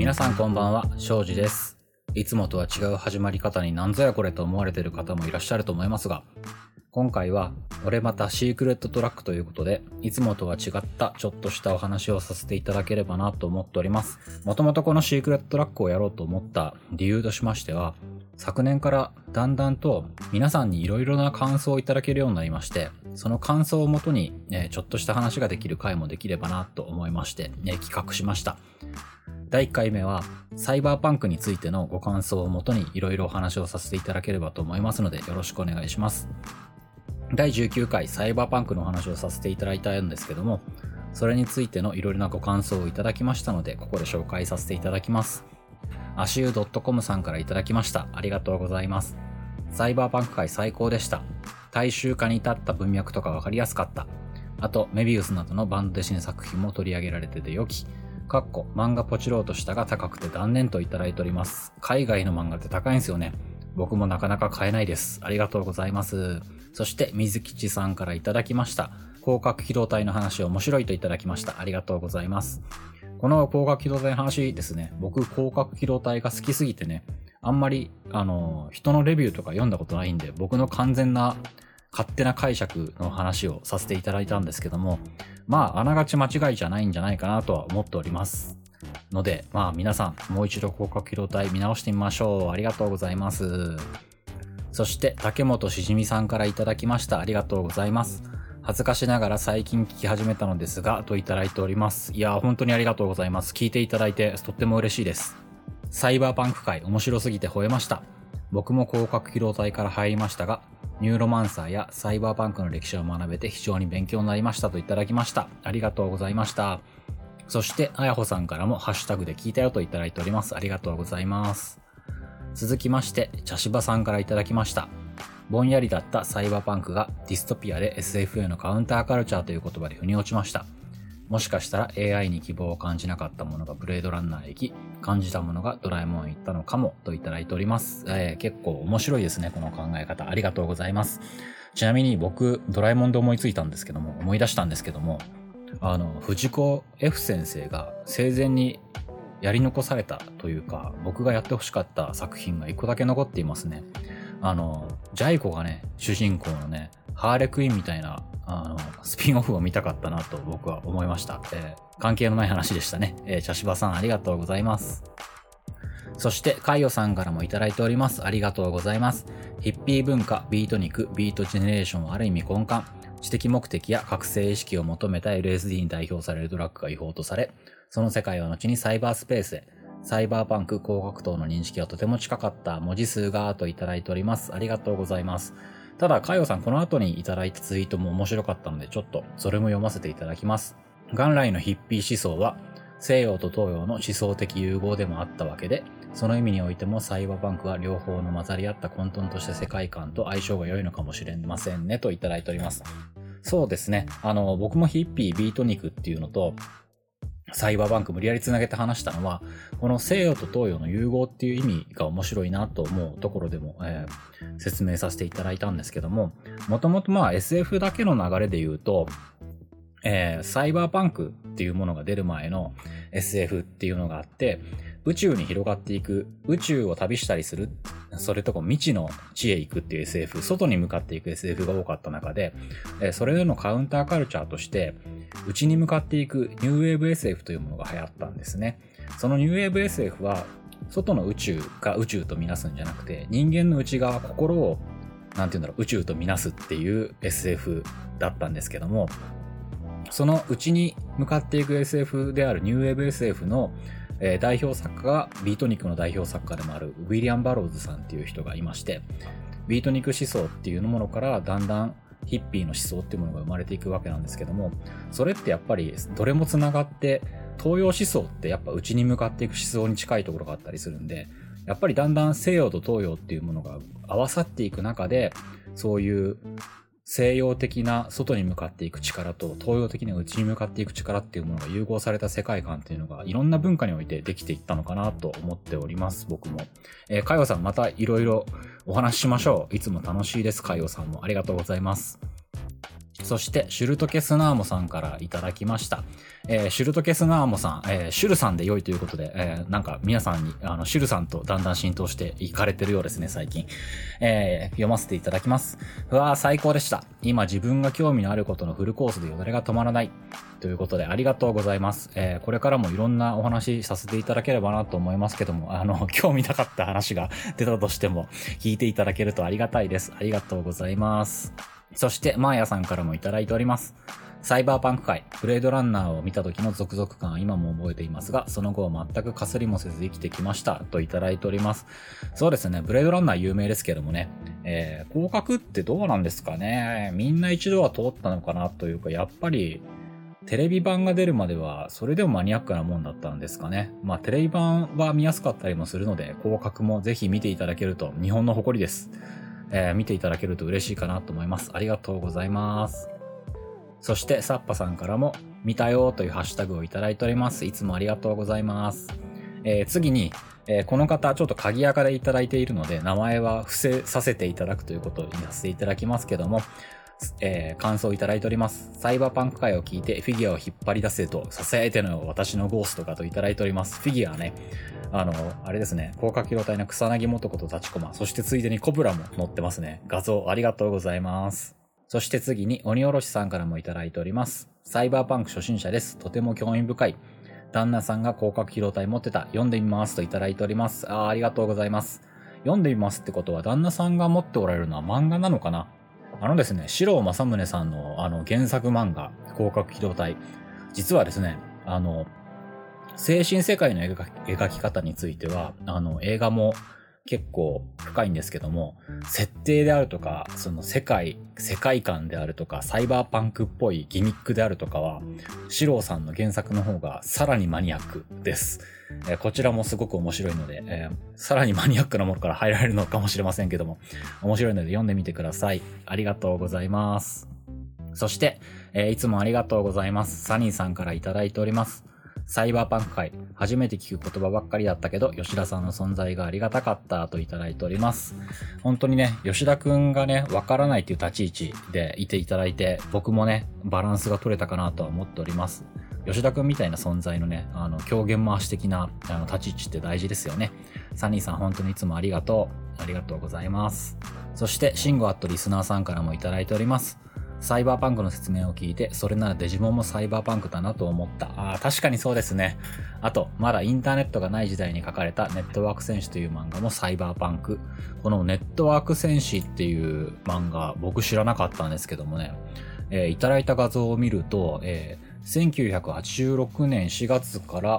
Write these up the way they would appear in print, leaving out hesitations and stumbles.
皆さんこんばんは、庄司です。いつもとは違う始まり方になんぞやこれと思われている方もいらっしゃると思いますが、今回は俺またシークレットトラックということで、いつもとは違ったちょっとしたお話をさせていただければなと思っております。もともとこのシークレットトラックをやろうと思った理由としましては、昨年からだんだんと皆さんにいろいろな感想をいただけるようになりまして、その感想をもとにちょっとした話ができる回もできればなと思いまして企画しました。第1回目はサイバーパンクについてのご感想をもとにいろいろお話をさせていただければと思いますので、よろしくお願いします。第19回サイバーパンクのお話をさせていただいたんですけども、それについてのいろいろなご感想をいただきましたので、ここで紹介させていただきます。足湯 .com さんからいただきました。ありがとうございます。サイバーパンク回最高でした。大衆化に至った文脈とかわかりやすかった。あとメビウスなどのバンドデシネ作品も取り上げられてて良き。漫画ポチろうとしたが高くて断念といただいております。海外の漫画って高いんですよね。僕もなかなか買えないです。ありがとうございます。そして水吉さんからいただきました。広角機動隊の話面白いといただきました。ありがとうございます。この広角機動隊の話ですね、僕広角機動隊が好きすぎてね、あんまり人のレビューとか読んだことないんで、僕の完全な勝手な解釈の話をさせていただいたんですけども、あながち間違いじゃないんじゃないかなとは思っておりますので、皆さんもう一度広角機動隊見直してみましょう。ありがとうございます。そして竹本しじみさんからいただきました。ありがとうございます。恥ずかしながら最近聞き始めたのですがといただいております。いや本当にありがとうございます。聞いていただいてとっても嬉しいです。サイバーパンク界面白すぎて吠えました。僕も広角機動隊から入りましたが、ニューロマンサーやサイバーパンクの歴史を学べて非常に勉強になりましたといただきました。ありがとうございました。そしてあやほさんからもハッシュタグで聞いたよといただいております。ありがとうございます。続きまして茶芝さんからいただきました。ぼんやりだったサイバーパンクがディストピアで SF へのカウンターカルチャーという言葉で腑に落ちました。もしかしたら AI に希望を感じなかったものがブレードランナーへ行き、感じたものがドラえもんへ行ったのかもといただいております。結構面白いですね、この考え方。ありがとうございます。ちなみに僕ドラえもんで思い出したんですけども、藤子 F 先生が生前にやり残されたというか、僕がやってほしかった作品が一個だけ残っていますね。ジャイ子がね、主人公のね、ハーレクイーンみたいなスピンオフを見たかったなと僕は思いました。関係のない話でしたね。茶芝さんありがとうございます。そしてカイヨさんからもいただいております。ありがとうございます。ヒッピー文化、ビート肉、ビートジェネレーションある意味根幹、知的目的や覚醒意識を求めた LSD に代表されるドラッグが違法とされ、その世界は後にサイバースペースへ、サイバーパンク広角灯の認識がとても近かった文字数がといただいております。ありがとうございます。ただ、カイオさんこの後にいただいたツイートも面白かったので、ちょっとそれも読ませていただきます。元来のヒッピー思想は西洋と東洋の思想的融合でもあったわけで、その意味においてもサイバーパンクは両方の混ざり合った混沌とした世界観と相性が良いのかもしれませんねといただいております。そうですね。僕もヒッピービート肉っていうのと、サイバーパンク無理やりつなげて話したのは、この西洋と東洋の融合っていう意味が面白いなと思うところでも、説明させていただいたんですけども、もともとSF だけの流れで言うと、サイバーパンクっていうものが出る前の SF っていうのがあって、宇宙に広がっていく、宇宙を旅したりする、それとか未知の地へ行くっていう SF、外に向かっていく SF が多かった中で、それでのカウンターカルチャーとして、内に向かっていくニューウェーブ SF というものが流行ったんですね。そのニューウェーブ SF は、外の宇宙が宇宙とみなすんじゃなくて、人間の内側、心を、宇宙とみなすっていう SF だったんですけども、その内に向かっていく SF であるニューウェーブ SF の代表作家がビートニクの代表作家でもあるウィリアム・バローズさんっていう人がいまして、ビートニク思想っていうものからだんだんヒッピーの思想っていうものが生まれていくわけなんですけども、それってやっぱりどれもつながって、東洋思想ってやっぱ内に向かっていく思想に近いところがあったりするんで、やっぱりだんだん西洋と東洋っていうものが合わさっていく中で、そういう西洋的な外に向かっていく力と東洋的な内に向かっていく力っていうものが融合された世界観っていうのがいろんな文化においてできていったのかなと思っております。僕も。かよさんまたいろいろお話ししましょう。いつも楽しいです。かよさんもありがとうございます。 そして、シュルトケスナーモさんからいただきました。シュルトケスナーモさん、シュルさんで良いということで、なんか皆さんに、シュルさんとだんだん浸透していかれてるようですね、最近。読ませていただきます。うわー、最高でした。今自分が興味のあることのフルコースでよだれが止まらない。ということで、ありがとうございます。これからもいろんなお話させていただければなと思いますけども、興味なかった話が出たとしても、聞いていただけるとありがたいです。ありがとうございます。そして、マーヤさんからもいただいております。サイバーパンク界、ブレードランナーを見た時のゾクゾク感は今も覚えていますが、その後は全くかすりもせず生きてきました。といただいております。そうですね、ブレードランナー有名ですけどもね、広角ってどうなんですかね。みんな一度は通ったのかなというか、やっぱり、テレビ版が出るまでは、それでもマニアックなもんだったんですかね。まあ、テレビ版は見やすかったりもするので、広角もぜひ見ていただけると、日本の誇りです。見ていただけると嬉しいかなと思います。ありがとうございます。そして、サッパさんからも、見たよというハッシュタグをいただいております。いつもありがとうございます。次に、この方、ちょっと鍵垢でいただいているので、名前は伏せさせていただくということを言わせていただきますけども、感想をいただいております。サイバーパンク界を聞いてフィギュアを引っ張り出せと、囁いての私のゴーストかといただいております。フィギュアね。あれですね、高架機動隊の草薙素子と立駒、そしてついでにコブラも載ってますね。画像ありがとうございます。そして次に鬼おろしさんからもいただいております。サイバーパンク初心者です。とても興味深い。旦那さんが広角機動隊持ってた。読んでみますといただいております。ありがとうございます。読んでみますってことは旦那さんが持っておられるのは漫画なのかな。ですね、四郎正宗さんの原作漫画、広角機動隊。実はですね、精神世界の描き方については、映画も結構深いんですけども、設定であるとか、その世界観であるとか、サイバーパンクっぽいギミックであるとかは、四郎さんの原作の方がさらにマニアックです。こちらもすごく面白いので、さらにマニアックなものから入られるのかもしれませんけども、面白いので読んでみてください。ありがとうございます。そして、いつもありがとうございます。サニーさんからいただいております。サイバーパンク界、初めて聞く言葉ばっかりだったけど、吉田さんの存在がありがたかったといただいております。本当にね、吉田くんがね、わからないという立ち位置でいていただいて、僕もね、バランスが取れたかなとは思っております。吉田くんみたいな存在のね、狂言回し的な立ち位置って大事ですよね。サニーさん本当にいつもありがとう。ありがとうございます。そして、シンゴアットリスナーさんからもいただいております。サイバーパンクの説明を聞いて、それならデジモンもサイバーパンクだなと思った。確かにそうですね。あと、まだインターネットがない時代に書かれたネットワーク戦士という漫画もサイバーパンク。このネットワーク戦士っていう漫画、僕知らなかったんですけどもね、いただいた画像を見ると、1986年4月から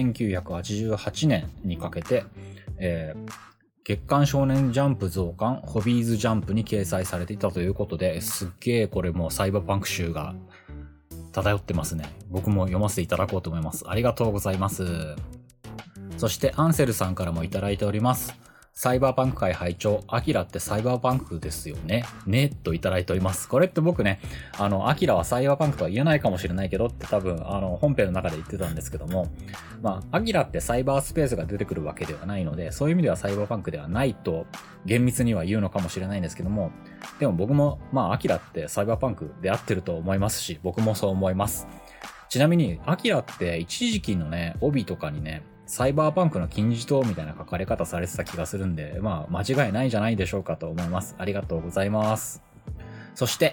1988年にかけて、月刊少年ジャンプ増刊ホビーズジャンプに掲載されていたということで、すっげーこれもサイバーパンク集が漂ってますね。僕も読ませていただこうと思います。ありがとうございます。そしてアンセルさんからもいただいております。サイバーパンク界拝聴、アキラってサイバーパンクですよね。ねといただいております。これって僕ね、アキラはサイバーパンクとは言えないかもしれないけどって多分、本編の中で言ってたんですけども、まあ、アキラってサイバースペースが出てくるわけではないので、そういう意味ではサイバーパンクではないと厳密には言うのかもしれないんですけども、でも僕も、まあ、アキラってサイバーパンクで合ってると思いますし、僕もそう思います。ちなみに、アキラって一時期のね、帯とかにね、サイバーパンクの金字塔みたいな書かれ方されてた気がするんで、まあ、間違いないんじゃないでしょうかと思います。ありがとうございます。そして、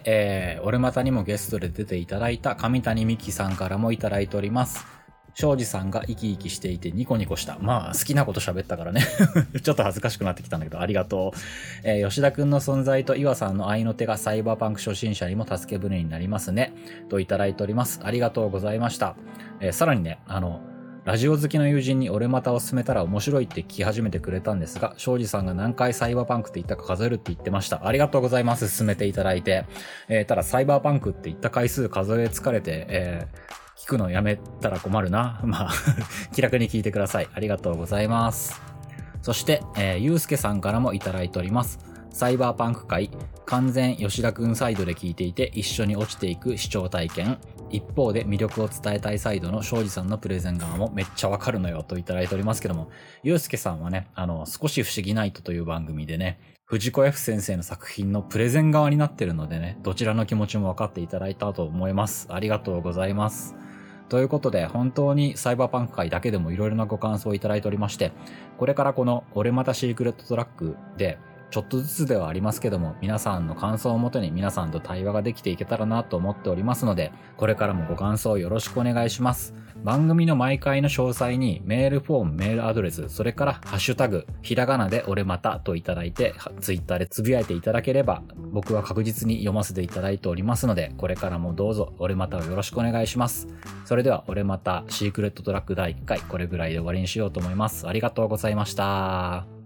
俺またにもゲストで出ていただいた上谷美希さんからもいただいております。庄司さんが生き生きしていてニコニコした。まあ、好きなこと喋ったからね。ちょっと恥ずかしくなってきたんだけど、ありがとう。吉田くんの存在と岩さんの愛の手がサイバーパンク初心者にも助け舟になりますね。といただいております。ありがとうございました。さらにね、ラジオ好きの友人に俺またを勧めたら面白いって聞き始めてくれたんですが、庄司さんが何回サイバーパンクって言ったか数えるって言ってました。ありがとうございます。勧めていただいて。ただサイバーパンクって言った回数数え疲れて、聞くのやめたら困るな。まあ、気楽に聞いてください。ありがとうございます。そして、ゆうすけさんからもいただいております。サイバーパンク界、完全吉田くんサイドで聞いていて一緒に落ちていく視聴体験。一方で魅力を伝えたいサイドの庄司さんのプレゼン側もめっちゃわかるのよといただいておりますけども、ゆうすけさんはね、少し不思議ナイトという番組でね、 藤子 F 先生の作品のプレゼン側になってるのでね、どちらの気持ちも分かっていただいたと思います。ありがとうございます。ということで、本当にサイバーパンク界だけでもいろいろなご感想をいただいておりまして、これからこの俺またシークレットトラックで、ちょっとずつではありますけども、皆さんの感想をもとに皆さんと対話ができていけたらなと思っておりますので、これからもご感想よろしくお願いします。番組の毎回の詳細にメールフォーム、メールアドレス、それからハッシュタグ、ひらがなで俺またといただいて、ツイッターでつぶやいていただければ、僕は確実に読ませていただいておりますので、これからもどうぞ俺またをよろしくお願いします。それでは俺またシークレットトラック第1回、これぐらいで終わりにしようと思います。ありがとうございました。